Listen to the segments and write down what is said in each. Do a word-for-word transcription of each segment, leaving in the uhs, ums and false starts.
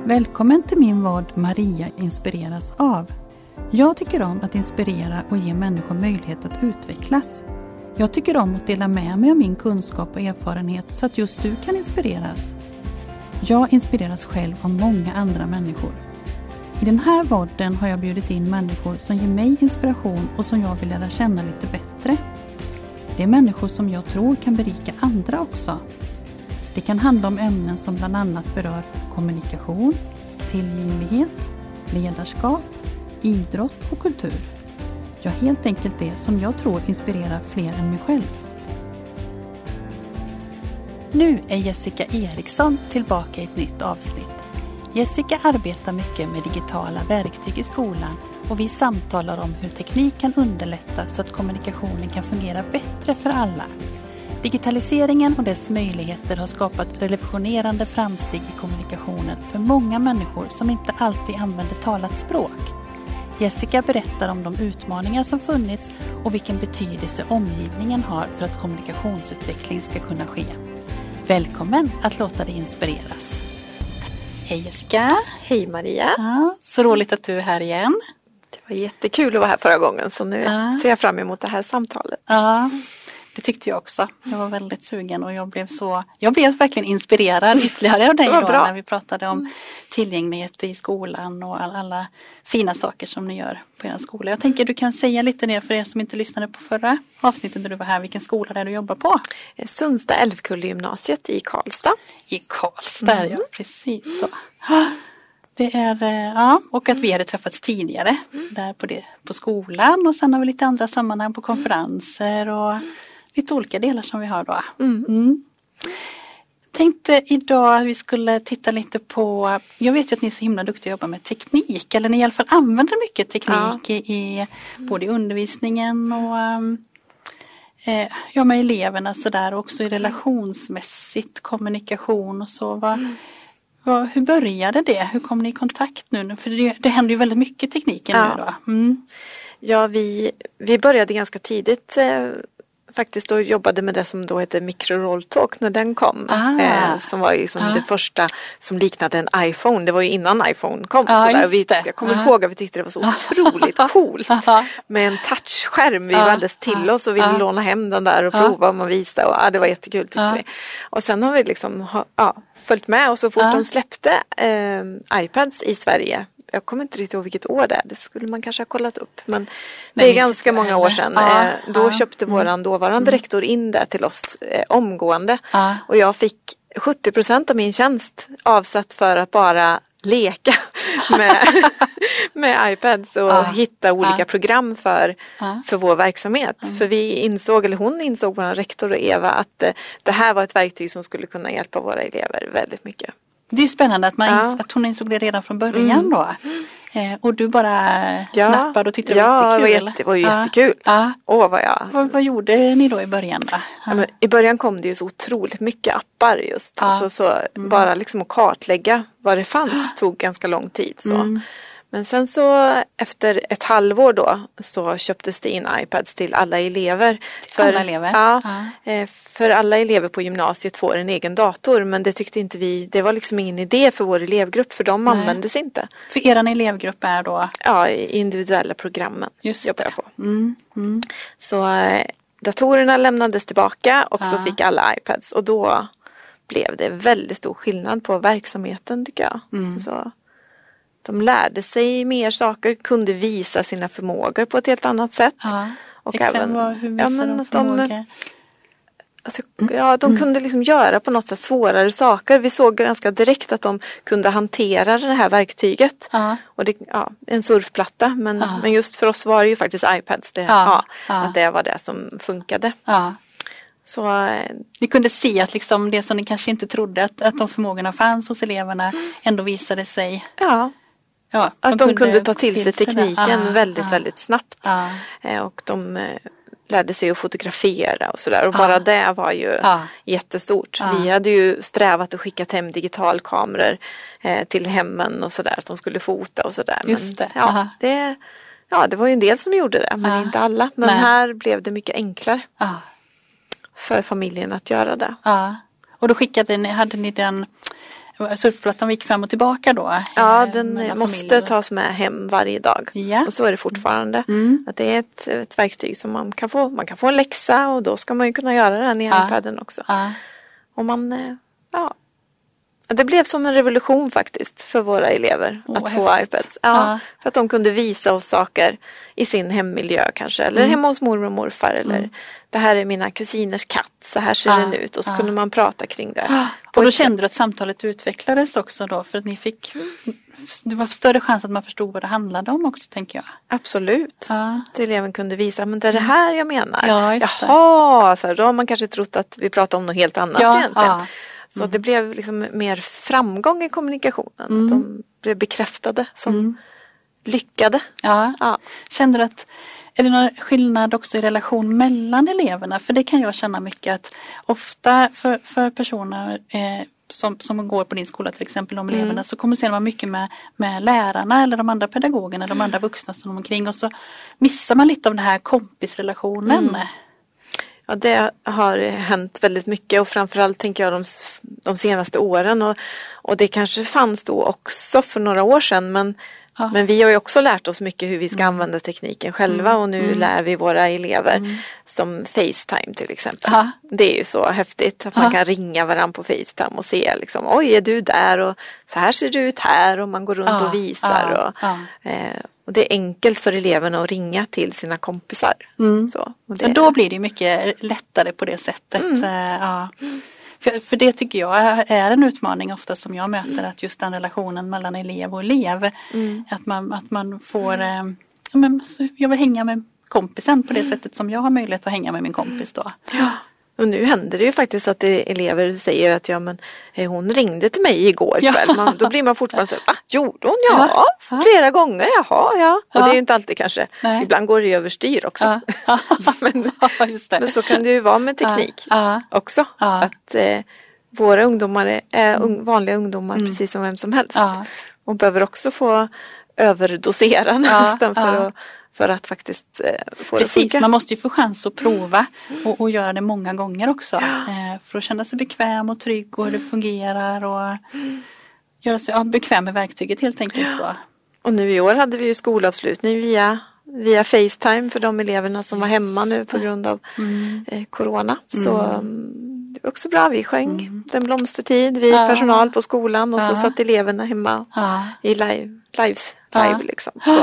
Välkommen till min vad Maria inspireras av. Jag tycker om att inspirera och ge människor möjlighet att utvecklas. Jag tycker om att dela med mig av min kunskap och erfarenhet så att just du kan inspireras. Jag inspireras själv av många andra människor. I den här vodden har jag bjudit in människor som ger mig inspiration och som jag vill lära känna lite bättre. Det är människor som jag tror kan berika andra också. Det kan handla om ämnen som bland annat berör kommunikation, tillgänglighet, ledarskap, idrott och kultur. Ja, helt enkelt det som jag tror inspirerar fler än mig själv. Nu är Jessica Eriksson tillbaka i ett nytt avsnitt. Jessica arbetar mycket med digitala verktyg i skolan och vi samtalar om hur teknik kan underlätta så att kommunikationen kan fungera bättre för alla. Digitaliseringen och dess möjligheter har skapat revolutionerande framsteg i kommunikationen för många människor som inte alltid använder talat språk. Jessica berättar om de utmaningar som funnits och vilken betydelse omgivningen har för att kommunikationsutveckling ska kunna ske. Välkommen att låta dig inspireras. Hej Jessica. Hej Maria. Ja, så roligt att du är här igen. Det var jättekul att vara här förra gången, så nu ja. ser jag fram emot det här samtalet. Ja, det tyckte jag också. Jag var väldigt sugen och jag blev så, jag blev verkligen inspirerad ytterligare av dig då, när vi pratade om tillgänglighet i skolan och alla, alla fina saker som ni gör på er skola. Jag tänker du kan säga lite mer för er som inte lyssnade på förra avsnittet när du var här, vilken skola det är du jobbar på? Sundsta Älvkulle-gymnasiet i Karlstad. I Karlstad, mm. ja precis så. Det är, ja, och att vi hade träffats tidigare mm. där på, det, på skolan och sen har vi lite andra sammanhang på konferenser och mm. lite olika delar som vi har då. Mm. Mm. Tänkte idag att vi skulle titta lite på, jag vet ju att ni är så himla duktiga att jobba med teknik, eller ni i alla fall använder mycket teknik ja. i, i både i undervisningen och eh, ja, med eleverna så där, och också i relationsmässigt kommunikation och så. Va? Mm. Va, hur började det? Hur kom ni i kontakt nu? För det, det händer ju väldigt mycket tekniken ja. nu då. Mm. Ja, vi, vi började ganska tidigt eh, faktiskt och jobbade med det som då heter mikrorolltalk när den kom. Ah. Eh, som var ju som ah. det första som liknade en iPhone. Det var ju innan iPhone kom. Ah, sådär. Vi, jag kommer ah. ihåg att vi tyckte det var så otroligt coolt. Med en touchskärm. Vi ah. var alldeles till oss och ville ah. låna hem den där och ah. prova om man visade. Och, ah, det var jättekul tyckte ah. vi. Och sen har vi liksom ha, ja, följt med och så fort ah. de släppte eh, iPads i Sverige. Jag kommer inte riktigt ihåg vilket år det är. Det skulle man kanske ha kollat upp. Men det är ganska många år sedan. Ja, eh, då ja, köpte mm. våran dåvarande mm. rektor in det till oss eh, omgående. Ja. Och jag fick sjuttio procent av min tjänst avsatt för att bara leka med, med iPads och ja. hitta olika ja. program för, ja. för vår verksamhet. Mm. För vi insåg, eller hon insåg, vår rektor och Eva, att eh, det här var ett verktyg som skulle kunna hjälpa våra elever väldigt mycket. Det är spännande att, man ja. ins- att hon insåg det redan från början mm. då. Eh, och du bara ja. nappade och tyckte det ja, var jättekul. Ja, det var jättekul. Ja. Åh, vad, jag... vad, vad gjorde ni då i början då? Ja. Ja, men i början kom det ju så otroligt mycket appar just. Ja. Alltså, så mm. bara liksom att kartlägga vad det fanns tog ganska lång tid. Så. Mm. Men sen så efter ett halvår då så köptes det in iPads till alla elever. För, alla elever? Ja, ja. För alla elever på gymnasiet får en egen dator. Men det tyckte inte vi, det var liksom ingen idé för vår elevgrupp, för de Nej. användes inte. För er elevgrupp är då? Ja, individuella programmen Just jobbar jag på. Mm. Mm. Så datorerna lämnades tillbaka och ja. så fick alla iPads. Och då blev det väldigt stor skillnad på verksamheten tycker jag. Mm. Så... De lärde sig mer saker, kunde visa sina förmågor på ett helt annat sätt. Ja, och exakt, även, vad, hur visar ja, men de att förmågor? De, alltså, ja, de kunde liksom göra på något sätt svårare saker. Vi såg ganska direkt att de kunde hantera det här verktyget. Ja. Och det, ja, en surfplatta, men, ja. men just för oss var det ju faktiskt iPads. Det, ja. Ja, ja. Att det var det som funkade. Ja. Så, ni kunde se att liksom det som ni kanske inte trodde, att, att de förmågorna fanns hos eleverna, ändå visade sig... Ja. Ja, att de, de kunde, kunde ta till, till sig tekniken ah, väldigt, ah, väldigt snabbt. Ah. Och de eh, lärde sig att fotografera och sådär. Och ah. bara det var ju ah. jättestort. Ah. Vi hade ju strävat att skicka hem digitalkameror eh, till hemmen och sådär. Att de skulle fota och sådär. Just det. Ja, det. Ja, det var ju en del som gjorde det. Men ah. inte alla. Men Nej. här blev det mycket enklare ah. för familjen att göra det. Ah. Och då skickade ni, hade ni den... surfplattan gick fram och tillbaka då? Ja, den måste tas med hem varje dag. Ja. Och så är det fortfarande. Mm. Att det är ett, ett verktyg som man kan få. Man kan få en läxa och då ska man ju kunna göra den i ja. iPaden också. Ja. Och man, ja. Det blev som en revolution faktiskt för våra elever oh, att få iPads. Ja, ja. För att de kunde visa oss saker i sin hemmiljö kanske. Eller mm. hemma hos mormor och morfar. Eller mm. det här är mina kusiners katt. Så här ser ja. den ut. Och så ja. kunde man prata kring det. Ja. Och då kände du att samtalet utvecklades också då? För att ni fick... Det var större chans att man förstod vad det handlade om också, tänker jag. Absolut. Ja. Att eleven kunde visa, men det är det här jag menar. Ja, just det. Jaha, så här, då har man kanske trott att vi pratar om något helt annat ja. egentligen. Ja. Så mm. det blev liksom mer framgång i kommunikationen. Mm. De blev bekräftade som mm. lyckade. Ja. Ja. Kände du att, är det någon skillnad också i relation mellan eleverna? För det kan jag känna mycket att ofta för, för personer eh, som, som går på din skola till exempel, de eleverna, mm. så kommunicerar man mycket med, med lärarna eller de andra pedagogerna, de andra vuxna som de omkring, och så missar man lite av den här kompisrelationen. Mm. Ja, det har hänt väldigt mycket och framförallt tänker jag de, de senaste åren och, och det kanske fanns då också för några år sedan, men, ja. men vi har ju också lärt oss mycket hur vi ska mm. använda tekniken själva mm. och nu mm. lär vi våra elever mm. som FaceTime till exempel. Ja. Det är ju så häftigt att man ja. kan ringa varandra på FaceTime och se liksom, oj är du där och så här ser du ut här, och man går runt ja. och visar ja. och Ja. Eh, Och det är enkelt för eleverna att ringa till sina kompisar. Mm. Så, och det... Då blir det mycket lättare på det sättet. Mm. Ja. För, för det tycker jag är en utmaning ofta som jag möter. Mm. Att just den relationen mellan elev och elev. Mm. Att, man, att man får... Mm. Ja, men, jag vill hänga med kompisen på det mm. sättet som jag har möjlighet att hänga med min kompis då. Ja. Och nu händer det ju faktiskt att elever säger att ja, men, hon ringde till mig igår kväll. Man, då blir man fortfarande så här, ah, gjorde hon? Ja, ja, flera gånger, jaha, ja. Och ja. det är ju inte alltid kanske. Nej. Ibland går det ju överstyr också. Ja. men, ja, just det. Men så kan det ju vara med teknik ja. också. Ja. Att eh, våra ungdomar är, är un, vanliga ungdomar mm. precis som vem som helst. Ja. Och behöver också få överdosera ja. nästan för ja. att För att faktiskt eh, få Precis, det funka. Man måste ju få chans att prova mm. och, och göra det många gånger också. Ja. Eh, för att känna sig bekväm och trygg och hur det fungerar. Och mm. göra sig ja, bekväm med verktyget helt enkelt. Ja. Så. Och nu i år hade vi ju skolavslutning via, via FaceTime för de eleverna som var hemma nu på grund av mm. eh, corona. Så mm. det var också bra. Vi sjöng mm. Den blomstertid, vi ja. personal på skolan och ja. så satt eleverna hemma ja. i live, lives, live ja. liksom. Så.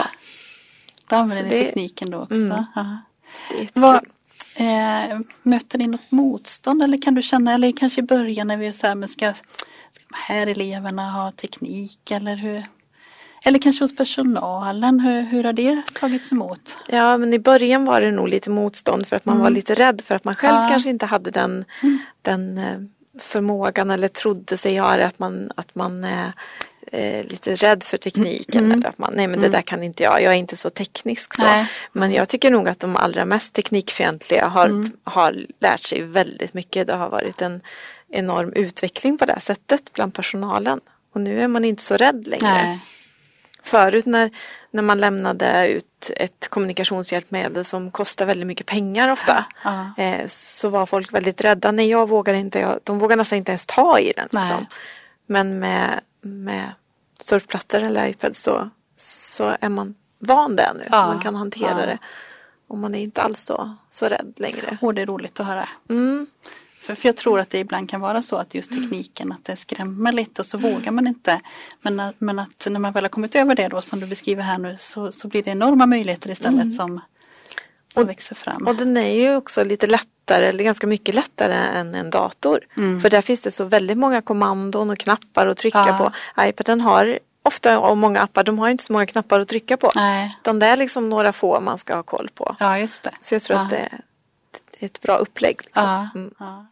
Då använder ni tekniken då också. Mm. Det Vad, eh, möter ni något motstånd eller kan du känna, eller kanske i början när vi är så här, men ska, ska de här eleverna ha teknik eller hur? Eller kanske hos personalen, hur, hur har det tagits emot? Ja, men i början var det nog lite motstånd för att man mm. var lite rädd för att man själv ja. kanske inte hade den, mm. den förmågan eller trodde sig ha det, att man, att man eh, Eh, lite rädd för tekniken mm. eller att man, nej men det mm. där kan inte jag, jag är inte så teknisk så. Nej. Men jag tycker nog att de allra mest teknikfientliga har, mm. har lärt sig väldigt mycket. Det har varit en enorm utveckling på det här sättet bland personalen och nu är man inte så rädd längre. Nej. Förut när, när man lämnade ut ett kommunikationshjälpmedel som kostar väldigt mycket pengar ofta ja. eh, så var folk väldigt rädda. Nej, jag vågar inte, jag, de vågar nästan inte ens ta i den. Liksom. Men med med surfplattor eller iPad så, så är man van där nu. Ja, man kan hantera ja. det. Och man är inte alls så, så rädd längre. Och det är roligt att höra. Mm. För, för jag tror att det ibland kan vara så att just tekniken, att det skrämmer lite och så mm. vågar man inte. Men, men att när man väl har kommit över det då som du beskriver här nu så, så blir det enorma möjligheter istället mm. som, som och, växer fram. Och den är ju också lite lättare, eller ganska mycket lättare än en dator. Mm. För där finns det så väldigt många kommandon och knappar att trycka ja. på. iPaden har ofta, och många appar, de har inte så många knappar att trycka på. Nej. Utan det är liksom några få man ska ha koll på. Ja, just det. Så jag tror ja. att det är ett bra upplägg. Liksom. Ja. Mm. Ja.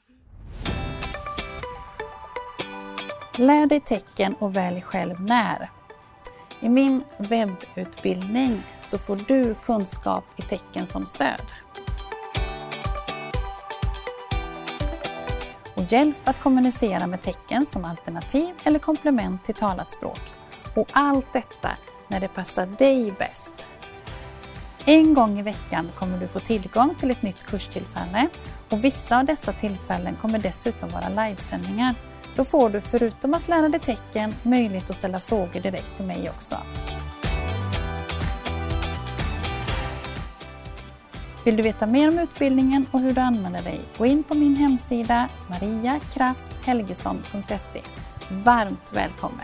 Lär dig tecken och välj själv när. I min webbutbildning så får du kunskap i tecken som stöd. Och hjälp att kommunicera med tecken som alternativ eller komplement till talat språk. Och allt detta när det passar dig bäst. En gång i veckan kommer du få tillgång till ett nytt kurstillfälle och vissa av dessa tillfällen kommer dessutom vara livesändningar Då får du förutom att lära dig tecken möjlighet att ställa frågor direkt till mig också. Vill du veta mer om utbildningen och hur du använder dig? Gå in på min hemsida maria kraft helgesson punkt se. Varmt välkommen!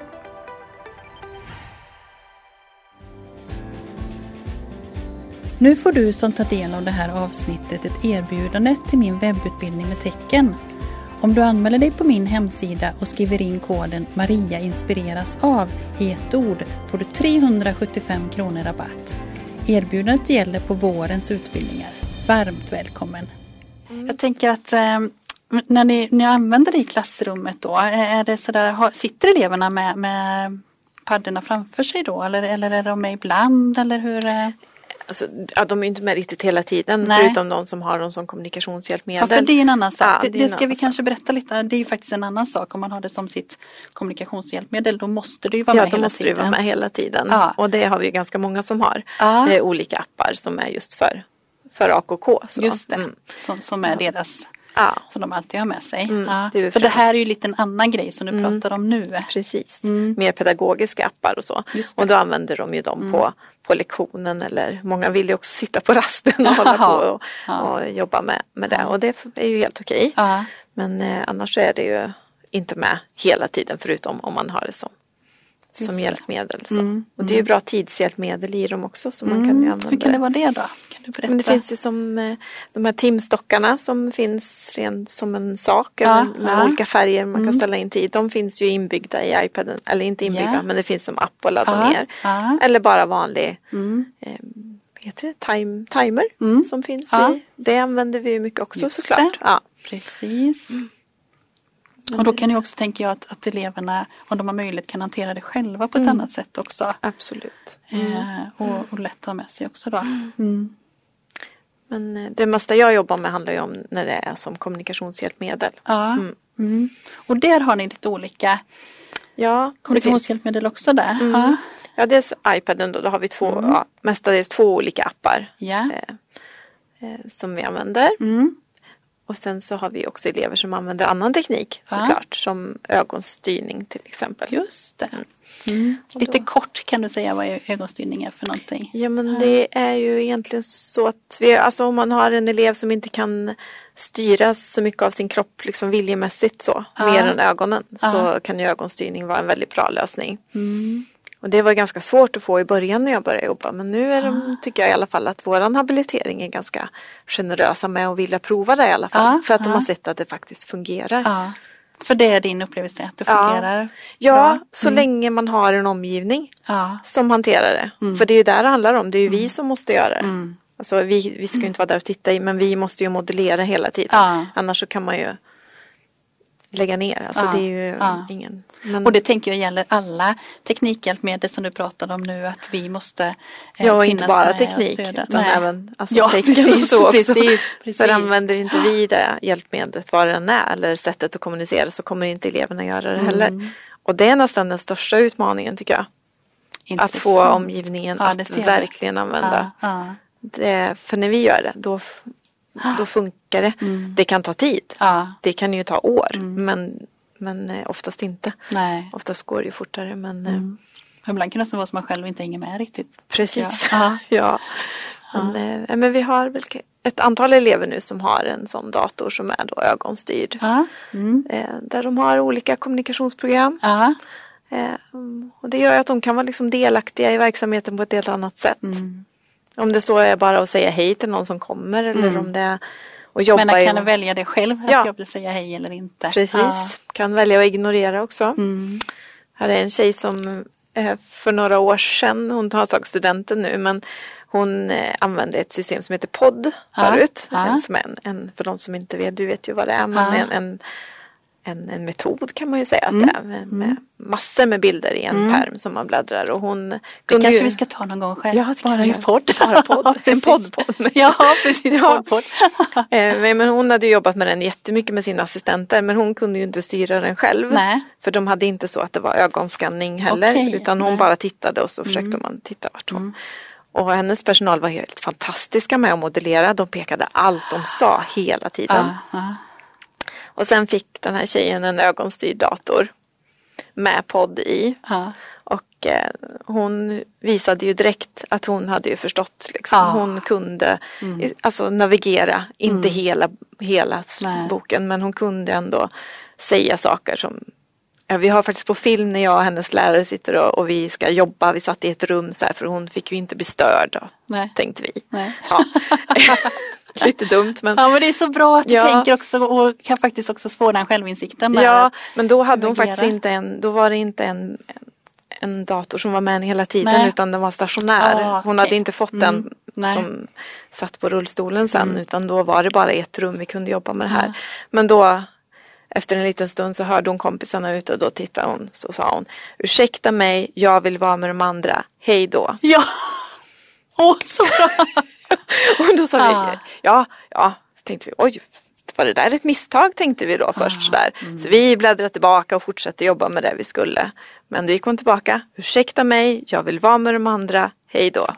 Nu får du som tar del av det här avsnittet ett erbjudande till min webbutbildning med tecken. Om du anmäler dig på min hemsida och skriver in koden Maria inspireras av i ett ord får du trehundrasjuttiofem kronor rabatt. Erbjudandet gäller på vårens utbildningar. Varmt välkommen! Mm. Jag tänker att eh, när ni, ni använder det i klassrummet då, är det så där, har, sitter eleverna med, med paddorna framför sig då? Eller, eller är de med ibland? Eller hur? Eh? Alltså, ja, de är inte med riktigt hela tiden. Nej. Förutom de som har dem som kommunikationshjälpmedel. Ja, för det är en annan sak. Ja, det, det, det ska vi sak. kanske berätta lite. Det är ju faktiskt en annan sak. Om man har det som sitt kommunikationshjälpmedel, då måste du ju vara ja, med hela tiden. Ja, då måste du vara med hela tiden. Ja. Och det har vi ju ganska många som har. Ja. Eh, olika appar som är just för, för A K K. Så. Just det, mm. som, som är deras... Ja. Som de alltid har med sig. Mm, ja. det För det här är ju lite en annan grej som du mm. pratar om nu. Precis, mm. mer pedagogiska appar och så. Och då använder de ju dem mm. på, på lektionen. Eller många vill ju också sitta på rasten och hålla på och, ja. och jobba med, med det. Ja. Och det är ju helt okej. Ja. Men eh, annars är det ju inte med hela tiden förutom om man har det som, som hjälpmedel. Så. Mm. Och det är ju bra tidshjälpmedel i dem också. Så mm. man kan ju använda. Hur kan det vara det då? Men det finns ju som eh, de här timstockarna som finns rent som en sak ja, eller med ja. olika färger man mm. kan ställa in tid. De finns ju inbyggda i iPaden, eller inte inbyggda yeah. men det finns som app att ladda ja, ner. Ja. Eller bara vanlig mm. eh, heter det? Time, timer mm. som finns ja. i. Det använder vi ju mycket också Just såklart. Ja. Precis. Mm. Och då kan ju också tänka jag att, att eleverna, om de har möjlighet, kan hantera det själva på ett mm. annat sätt också. Absolut. Mm. Eh, och, och lätt att ha med sig också då. Mm. Mm. Men det mesta jag jobbar med handlar ju om när det är som kommunikationshjälpmedel. Ja. Mm. Mm. Och där har ni lite olika ja, kommunikationshjälpmedel också där. Mm. Ja. Ja, dels iPaden då, då har vi två, mm. ja, mestadels två olika appar ja. eh, eh, som vi använder. Mm. Och sen så har vi också elever som använder annan teknik ja. såklart, som ögonstyrning till exempel. Just det. Mm. Mm. Lite kort kan du säga vad ögonstyrning är för någonting? Ja, men det är ju egentligen så att vi, alltså om man har en elev som inte kan styra så mycket av sin kropp liksom viljemässigt så, ja. mer än ögonen, ja. så kan ju ögonstyrning vara en väldigt bra lösning. Mm. Och det var ganska svårt att få i början när jag började jobba. Men nu är de, tycker jag i alla fall att våran habilitering är ganska generösa med att vilja prova det i alla fall. Ja, för att ja. de har sett att det faktiskt fungerar. Ja. För det är din upplevelse att det fungerar? Ja, bra. ja så mm. länge man har en omgivning ja. som hanterar det. Mm. För det är ju där det handlar om. Det är ju mm. vi som måste göra det. Mm. Alltså vi, vi ska ju inte vara där och titta i, men vi måste ju modellera hela tiden. Ja. Annars så kan man ju lägga ner. Alltså ja. det är ju ja. ingen... Men... Och det tänker jag gäller alla teknikhjälpmedel som du pratade om nu, att vi måste eh, ja, inte bara teknik utan Nej. även alltså, ja, precis, så också. Precis, precis. För använder inte vi det hjälpmedlet vad det än är eller sättet att kommunicera så kommer inte eleverna göra det heller. Mm. Och det är nästan den största utmaningen tycker jag. Intressant. Att få omgivningen ja, att verkligen det. använda. Ja, ja. Det, för när vi gör det då, då funkar det. Mm. Det kan ta tid. Ja. Det kan ju ta år mm. men Men oftast inte. Nej. Oftast går det ju fortare. Men, mm. Ibland kan det vara som man själv inte hänger med riktigt. Precis. Ja. ja. Men, ja. men vi har väl ett antal elever nu som har en sån dator som är då ögonstyrd. Ja. Mm. Där de har olika kommunikationsprogram. Ja. Och det gör att de kan vara liksom delaktiga i verksamheten på ett helt annat sätt. Mm. Om det så är bara att säga hej till någon som kommer. Eller mm. om det är och jobba men kan i... du välja det själv att ja. jag vill säga hej eller inte. Precis, ja. kan välja att ignorera också. Mm. Här är en tjej som eh, för några år sedan, hon har tagit studenten nu, men hon eh, använde ett system som heter Pod ja. förut. Ja. En, som en, en, för de som inte vet, du vet ju vad det är, men ja. en, en, en, en metod kan man ju säga att mm. det är. Med, med massor med bilder i en mm. pärm som man bläddrar. Och hon det kanske ju... vi ska ta någon gång själv. Ja, bara i podd. Bara podd. En poddpodd. Ja, precis. Ja. Podd. Men hon hade jobbat med den jättemycket med sina assistenter. Men hon kunde ju inte styra den själv. Nej. För de hade inte så att det var ögonskanning heller. Okay. Utan hon Nej. bara tittade och så försökte mm. man titta vart hon. Mm. Och hennes personal var helt fantastiska med att modellera. De pekade allt de sa hela tiden. Ah, ah. Och sen fick den här tjejen en ögonstyrd dator med podd i. Ja. Och eh, hon visade ju direkt att hon hade ju förstått. Liksom. Ja. Hon kunde Mm. alltså navigera, inte Mm. hela, hela Nej. boken, men hon kunde ändå säga saker som ja, vi har faktiskt på film när jag och hennes lärare sitter och, och vi ska jobba. Vi satt i ett rum så här för hon fick ju inte bli störd då, Nej. tänkte vi. Nej. Ja. Lite dumt men. Ja, men det är så bra att du Ja. tänker också och kan faktiskt också få den självinsikten. Där. Ja, men då hade hon navigera. faktiskt inte en, då var det inte en, en dator som var med henne hela tiden Nej. utan den var stationär. Ah, hon okej. hade inte fått Mm. den Nej. som satt på rullstolen sen Mm. utan då var det bara ett rum vi kunde jobba med det här. Ja. Men då efter en liten stund så hörde hon kompisarna ut och då tittade hon så sa hon ursäkta mig, jag vill vara med de andra, hej då. Ja, åh så bra. Och då sa Ah. vi ja, ja, så tänkte vi oj, var det där ett misstag tänkte vi då först Ah. sådär. Mm. Så vi bläddrade tillbaka och fortsatte jobba med det vi skulle. Men då gick hon tillbaka, ursäkta mig, jag vill vara med de andra, hej då.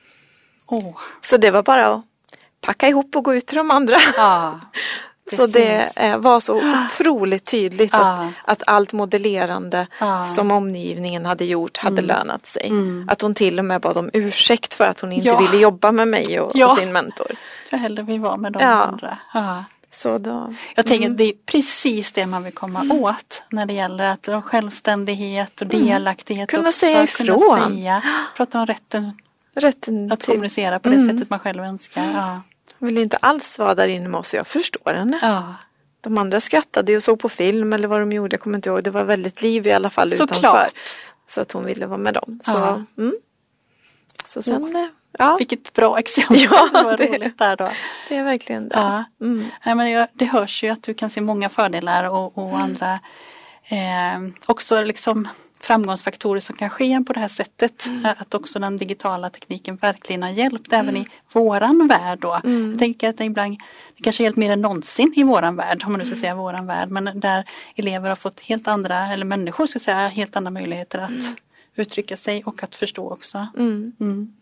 Åh. Så det var bara att packa ihop och gå ut till de andra. Ja, Så det precis. eh, var så otroligt tydligt Ja. att, att allt modellerande Ja. som omgivningen hade gjort hade Mm. lönat sig. Mm. Att hon till och med bad om ursäkt för att hon inte Ja. ville jobba med mig och, Ja. och sin mentor. Jag hellre vill vara med de Ja. andra. Ja. Så då, Jag tänker Mm. att det är precis det man vill komma åt när det gäller att ha självständighet och delaktighet. Kunna också, säga kunna ifrån. säga, prata om rätten rätten att till, kommunicera på det Mm. sättet man själv önskar. Ja. hon ville inte alls vara där inne med oss, jag förstår henne. Ja. De andra skrattade och såg på film eller vad de gjorde, jag kommer inte ihåg. Det var väldigt liv i alla fall Såklart. utanför. Så att hon ville vara med dem. Så, Ja. mm. så sen, eh, ja, Vilket bra exempel. Ja, det var det- roligt där då. det är verkligen det. Ja. Mm. Nej, men jag, det hörs ju att du kan se många fördelar och, och andra eh, också liksom framgångsfaktorer som kan ske på det här sättet. Att också den digitala tekniken verkligen har hjälpt även i våran värld då. Mm. Jag tänker att det ibland det kanske har hjälpt mer än någonsin i våran värld, om man nu ska säga våran värld, men där elever har fått helt andra, eller människor ska säga, helt andra möjligheter att Mm. uttrycka sig och att förstå också. Mm. Mm.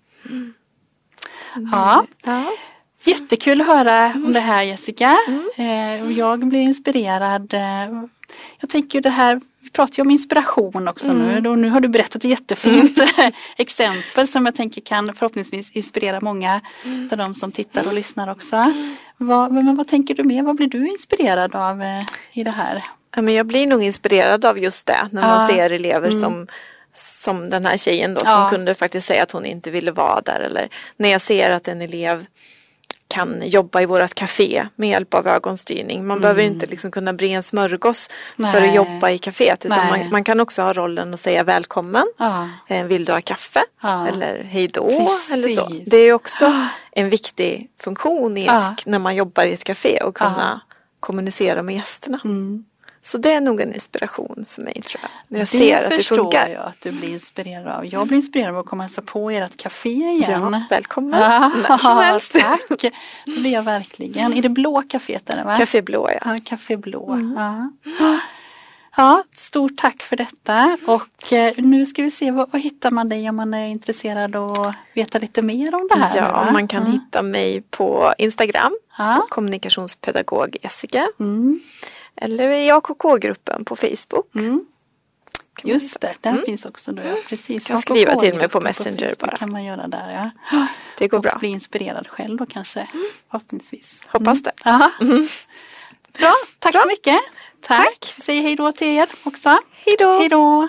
Ja. Ja. Jättekul att höra Mm. om det här Jessica. Eh, och jag blir inspirerad. Eh, jag tänker ju det här, vi pratar ju om inspiration också Mm. nu. Och nu har du berättat ett jättefint exempel som jag tänker kan förhoppningsvis inspirera många Mm. av de som tittar och lyssnar också. Vad, men vad tänker du mer? Vad blir du inspirerad av eh, i det här? Ja, men jag blir nog inspirerad av just det. När man Ja. ser elever Mm. som, som den här tjejen då. Ja. Som kunde faktiskt säga att hon inte ville vara där. Eller när jag ser att en elev kan jobba i vårt café med hjälp av ögonstyrning. Man Mm. behöver inte liksom kunna bli en smörgås Nej. för att jobba i kaféet. Utan Nej. man, man kan också ha rollen att säga välkommen. Ja. Eh, Vill du ha kaffe? Ja. Eller hej då? Precis. Eller så. Det är ju också en viktig funktion i ett, Ja. när man jobbar i ett café och kunna Ja. kommunicera med gästerna. Mm. Så det är nog en inspiration för mig tror jag. När jag Det ser att det förstår funkar. jag att du blir inspirerad av. Jag blir inspirerad av att komma och hälsa på ert café igen. Ja, välkommen. När som Ja, helst. tack. Det blir jag verkligen. Är det blå caféet där va? Café Blå ja. Ja, Café Blå. Mm. Ja. Ja, stort tack för detta. Och eh, nu ska vi se, vad, vad hittar man dig om man är intresserad och veta lite mer om det här? nu, Ja, va? man kan ja. hitta mig på Instagram. Ja. Kommunikationspedagog Jessica. Mm. Eller i A K K-gruppen på Facebook. Mm. man Just hitta. det, där Mm. finns också då. Ja, precis. Kan skriva till mig på A K K-gruppen Messenger Facebook bara. kan man göra där, ja. Det går och bra. bli inspirerad själv då kanske, förhoppningsvis. Hoppas det. Aha. Mm. Bra, tack Bra. så mycket. Tack. Tack. Vi säger hej då till er också. Hej då. Hej då.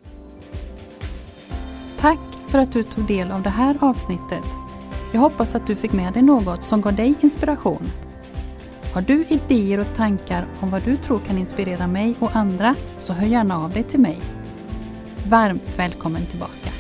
Tack för att du tog del av det här avsnittet. Jag hoppas att du fick med dig något som gav dig inspiration. Har du idéer och tankar om vad du tror kan inspirera mig och andra så hör gärna av dig till mig. Varmt välkommen tillbaka.